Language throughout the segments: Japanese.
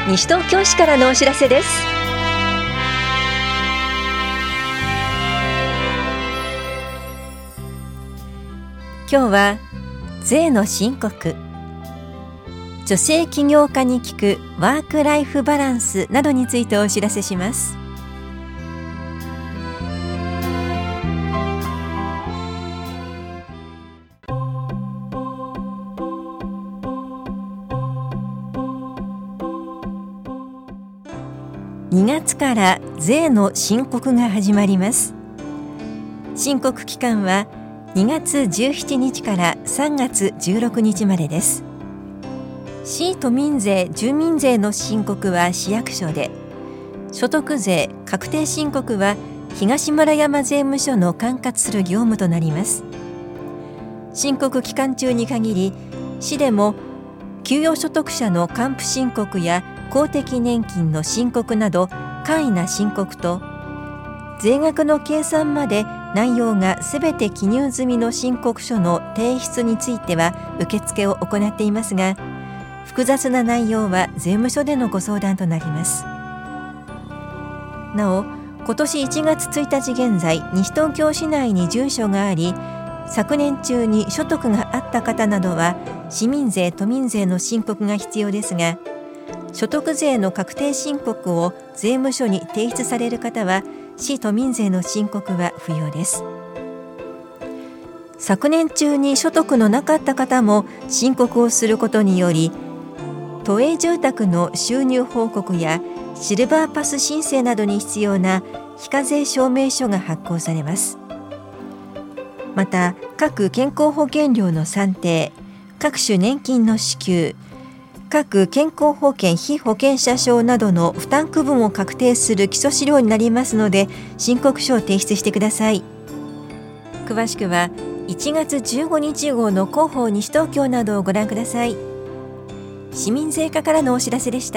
西東京市からのお知らせです。今日は税の申告、女性起業家に聞くワークライフバランスなどについてお知らせします。2月から税の申告が始まります。申告期間は2月17日から3月16日までです。市都民税・住民税の申告は市役所で、所得税確定申告は東村山税務署の管轄する業務となります。申告期間中に限り、市でも給与所得者の還付申告や公的年金の申告など簡易な申告と、税額の計算まで内容がすべて記入済みの申告書の提出については受付を行っていますが、複雑な内容は税務署でのご相談となります。なお、今年1月1日現在、西東京市内に住所があり、昨年中に所得があった方などは市民税・都民税の申告が必要ですが、所得税の確定申告を税務署に提出される方は市都民税の申告は不要です。昨年中に所得のなかった方も申告をすることにより、都営住宅の収入報告やシルバーパス申請などに必要な非課税証明書が発行されます。また、各健康保険料の算定、各種年金の支給、各健康保険被保険者証などの負担区分を確定する基礎資料になりますので、申告書を提出してください。詳しくは1月15日号の広報西東京などをご覧ください。市民税課からのお知らせでした。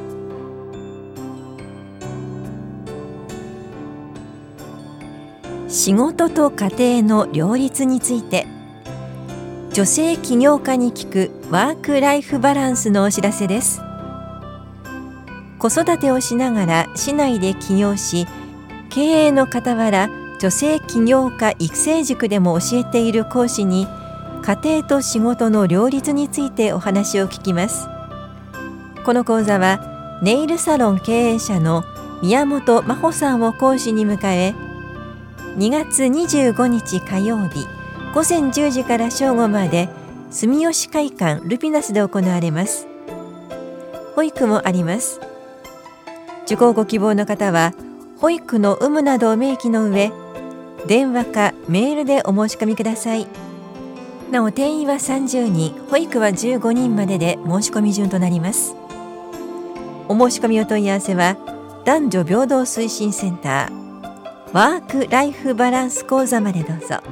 仕事と家庭の両立について、女性起業家に聞くワークライフバランスのお知らせです。子育てをしながら市内で起業し、経営の傍ら女性起業家育成塾でも教えている講師に、家庭と仕事の両立についてお話を聞きます。この講座はネイルサロン経営者の宮本真帆さんを講師に迎え、2月25日火曜日午前10時から正午まで住吉会館ルピナスで行われます。保育もあります。受講ご希望の方は保育の有無などを明記の上、電話かメールでお申し込みください。なお、定員は30人、保育は15人までで申し込み順となります。お申し込みお問い合わせは男女平等推進センターワークライフバランス講座までどうぞ。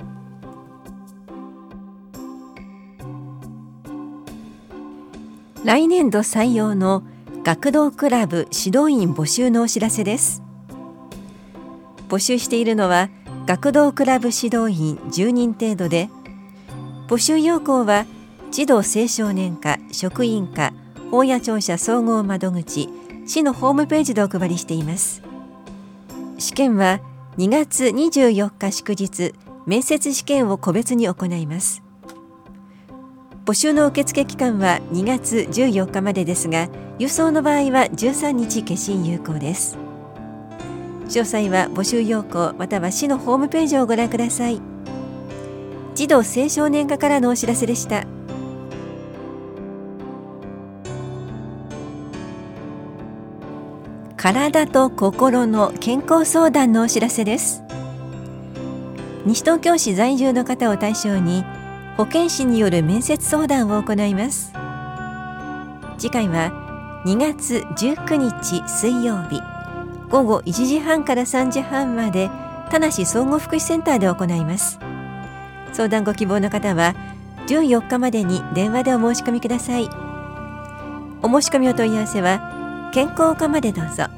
来年度採用の学童クラブ指導員募集のお知らせです。募集しているのは学童クラブ指導員10人程度で、募集要項は児童青少年課、職員課、法や庁舎総合窓口、市のホームページでお配りしています。試験は2月24日祝日、面接試験を個別に行います。募集の受付期間は2月14日までですが、郵送の場合は13日消印有効です。詳細は募集要項または市のホームページをご覧ください。児童青少年課からのお知らせでした。体と心の健康相談のお知らせです。西東京市在住の方を対象に保健師による面接相談を行います。次回は2月19日水曜日午後1時半から3時半まで田無総合福祉センターで行います。相談ご希望の方は14日までに電話でお申し込みください。お申し込みお問い合わせは健康課までどうぞ。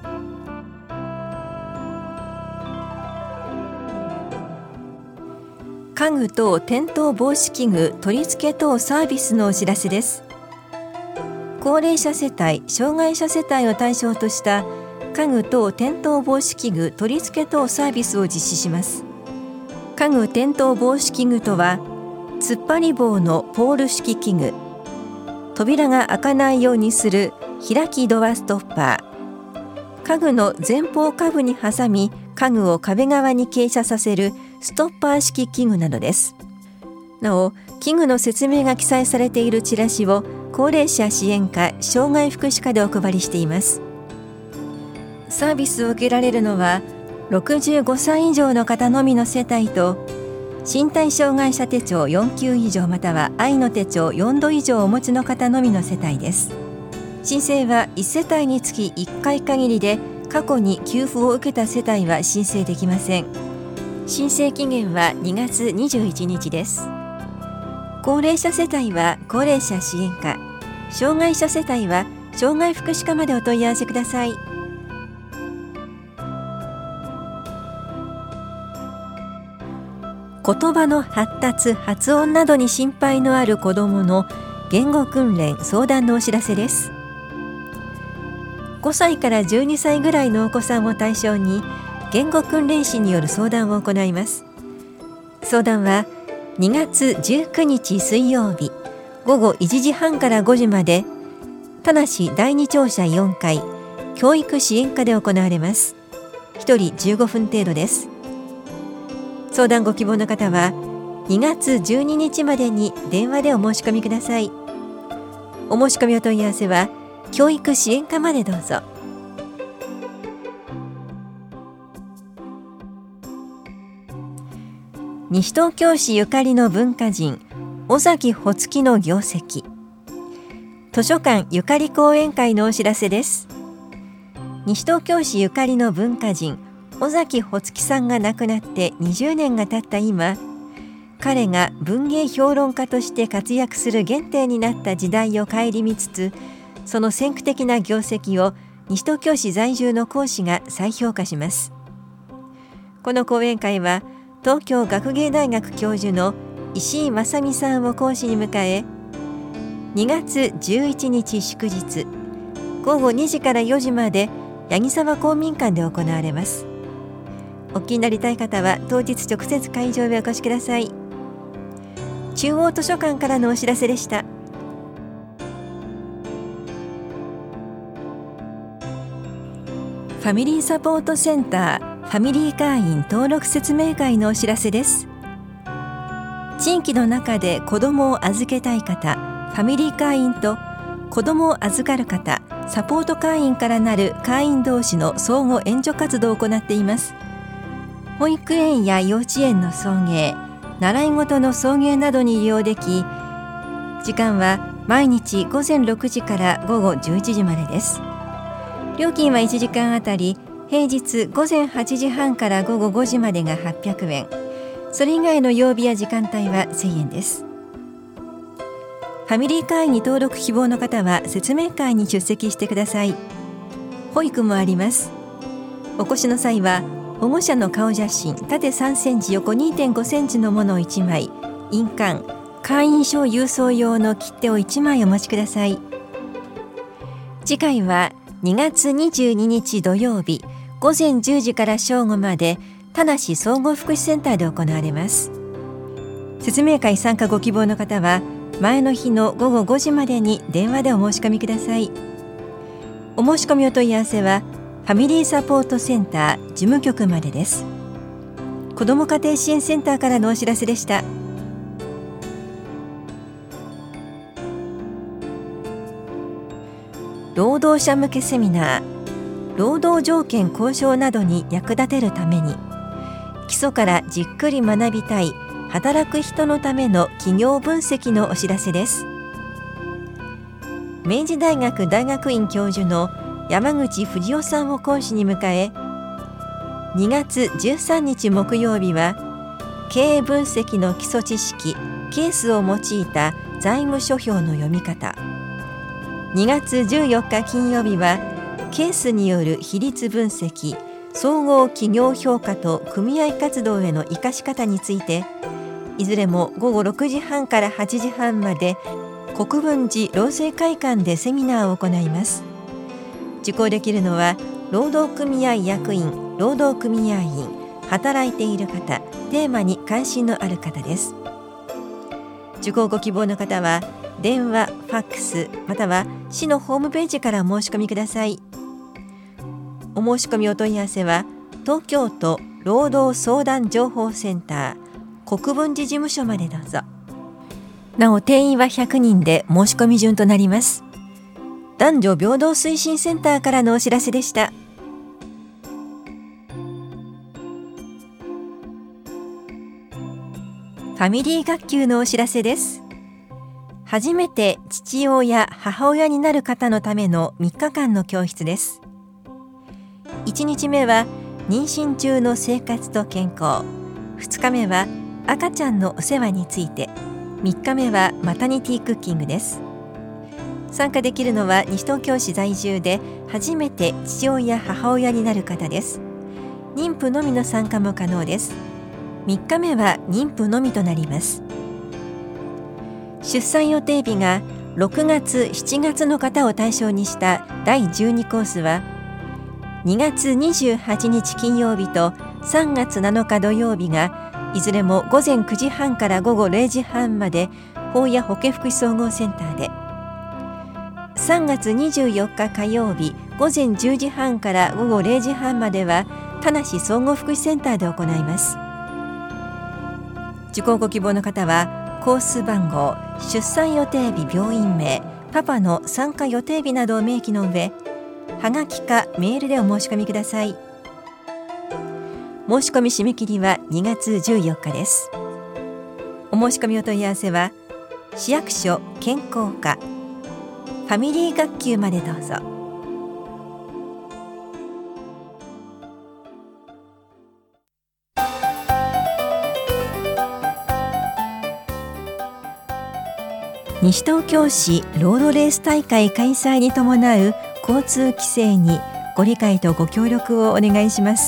家具等転倒防止器具取り付け等サービスのお知らせです。 高齢者世帯、障害者世帯を対象とした家具等転倒防止器具取り付け等サービスを実施します。家具転倒防止器具とは、突っ張り棒のポール式器具、扉が開かないようにする開きドアストッパー、家具の前方下部に挟み家具を壁側に傾斜させるストッパー式器具などです。なお、器具の説明が記載されているチラシを高齢者支援課、障害福祉課でお配りしています。サービスを受けられるのは65歳以上の方のみの世帯と、身体障害者手帳4級以上または愛の手帳4度以上をお持ちの方のみの世帯です。申請は1世帯につき1回限りで、過去に給付を受けた世帯は申請できません。申請期限は2月21日です。高齢者世帯は高齢者支援課、障害者世帯は障害福祉課までお問い合わせください。言葉の発達・発音などに心配のある子どもの言語訓練・相談のお知らせです。5歳から12歳ぐらいのお子さんを対象に言語訓練士による相談を行います。相談は2月19日水曜日午後1時半から5時まで、田無第2庁舎4階教育支援課で行われます。1人15分程度です。相談ご希望の方は2月12日までに電話でお申し込みください。お申し込みお問い合わせは教育支援課までどうぞ。西東京市ゆかりの文化人尾崎穂月の業績、図書館ゆかり講演会のお知らせです。西東京市ゆかりの文化人尾崎穂月さんが亡くなって20年が経った今、彼が文芸評論家として活躍する原点になった時代を顧みつつ、その先駆的な業績を西東京市在住の講師が再評価します。この講演会は東京学芸大学教授の石井正美さんを講師に迎え、2月11日祝日午後2時から4時まで八木沢公民館で行われます。お気になりたい方は当日直接会場へお越しください。中央図書館からのお知らせでした。ファミリーサポートセンターファミリー会員登録説明会のお知らせです。地域の中で子どもを預けたい方、ファミリー会員と子どもを預かる方、サポート会員からなる会員同士の相互援助活動を行っています。保育園や幼稚園の送迎、習い事の送迎などに利用でき、時間は毎日午前6時から午後11時までです。料金は1時間あたり平日午前8時半から午後5時までが800円、それ以外の曜日や時間帯は1000円です。ファミリー会員に登録希望の方は説明会に出席してください。保育もあります。お越しの際は保護者の顔写真縦3センチ横 2.5 センチのものを1枚、印鑑、会員証郵送用の切手を1枚お持ちください。次回は2月22日土曜日午前10時から正午まで田無総合福祉センターで行われます。説明会参加ご希望の方は前の日の午後5時までに電話でお申し込みください。お申し込みお問い合わせはファミリーサポートセンター事務局までです。子ども家庭支援センターからのお知らせでした。労働者向けセミナー、労働条件交渉などに役立てるために、基礎からじっくり学びたい働く人のための企業分析のお知らせです。明治大学大学院教授の山口藤夫さんを講師に迎え、2月13日木曜日は経営分析の基礎知識ケースを用いた財務諸表の読み方、2月14日金曜日はケースによる比率分析総合企業評価と組合活動への生かし方について、いずれも午後6時半から8時半まで国分寺労政会館でセミナーを行います。受講できるのは労働組合役員、労働組合員、働いている方、テーマに関心のある方です。受講ご希望の方は電話、ファックスまたは市のホームページからお申し込みください。お申し込みお問い合わせは東京都労働相談情報センター国分寺事務所までどうぞ。なお定員は100人で申し込み順となります。男女平等推進センターからのお知らせでした。ファミリー学級のお知らせです。初めて父親、母親になる方のための3日間の教室です。1日目は妊娠中の生活と健康、2日目は赤ちゃんのお世話について、3日目はマタニティクッキングです。参加できるのは西東京市在住で初めて父親、母親になる方です。妊婦のみの参加も可能です。3日目は妊婦のみとなります。出産予定日が6月、7月の方を対象にした第12コースは2月28日金曜日と3月7日土曜日がいずれも午前9時半から午後0時半まで法や保健福祉総合センターで、3月24日火曜日午前10時半から午後0時半までは田無総合福祉センターで行います。受講ご希望の方はコース番号、出産予定日、病院名、パパの参加予定日などを明記の上、はがきかメールでお申し込みください。申し込み締め切りは2月14日です。お申し込みお問い合わせは市役所健康課ファミリー学級までどうぞ。西東京市ロードレース大会開催に伴う交通規制にご理解とご協力をお願いします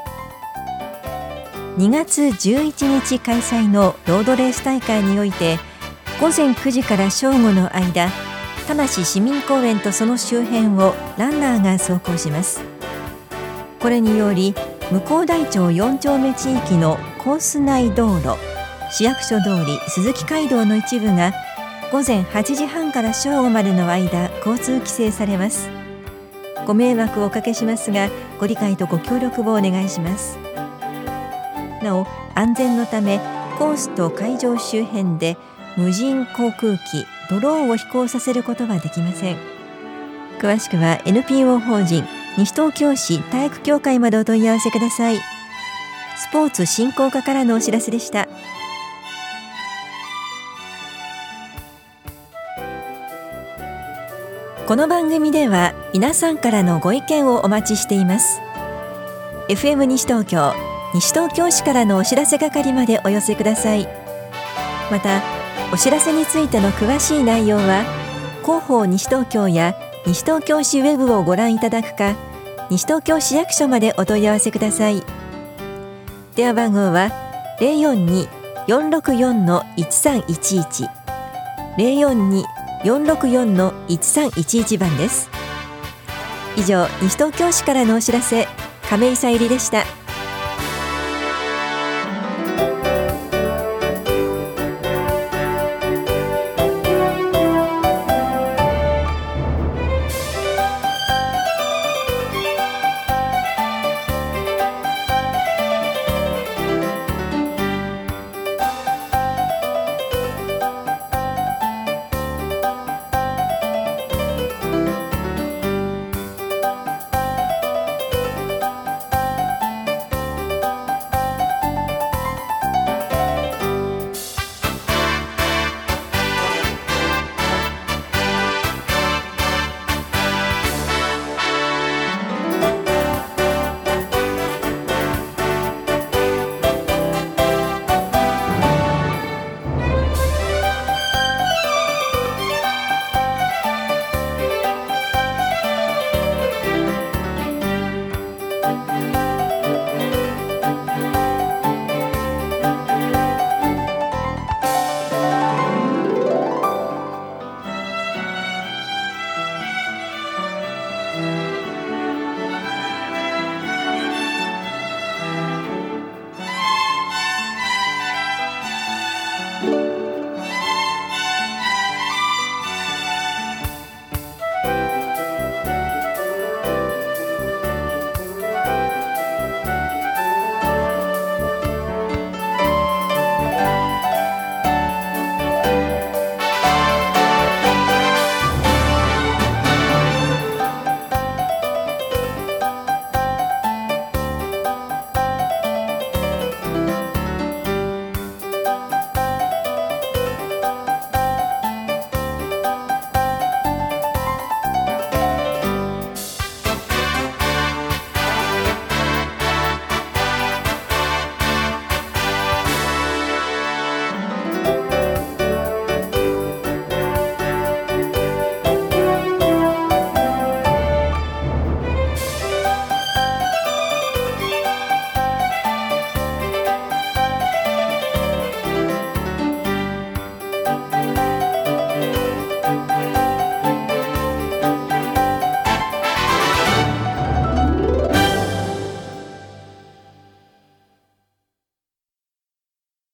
。2月11日開催のロードレース大会において午前9時から正午の間、田無市民公園とその周辺をランナーが走行します。これにより向台町4丁目地域のコース内道路、市役所通り、鈴木街道の一部が午前8時半から正午までの間交通規制されます。ご迷惑をおかけしますがご理解とご協力をお願いします。なお安全のためコースと会場周辺で無人航空機、ドローンを飛行させることはできません。詳しくは NPO 法人西東京市体育協会までお問い合わせください。スポーツ振興課からのお知らせでした。この番組では皆さんからのご意見をお待ちしています。 FM 西東京、西東京市からのお知らせ係までお寄せください。またお知らせについての詳しい内容は広報西東京や西東京市ウェブをご覧いただくか、西東京市役所までお問い合わせください。電話番号は 042-464-1311 042-464-1311 番です。以上、西東京市からのお知らせ、亀井さゆりでした。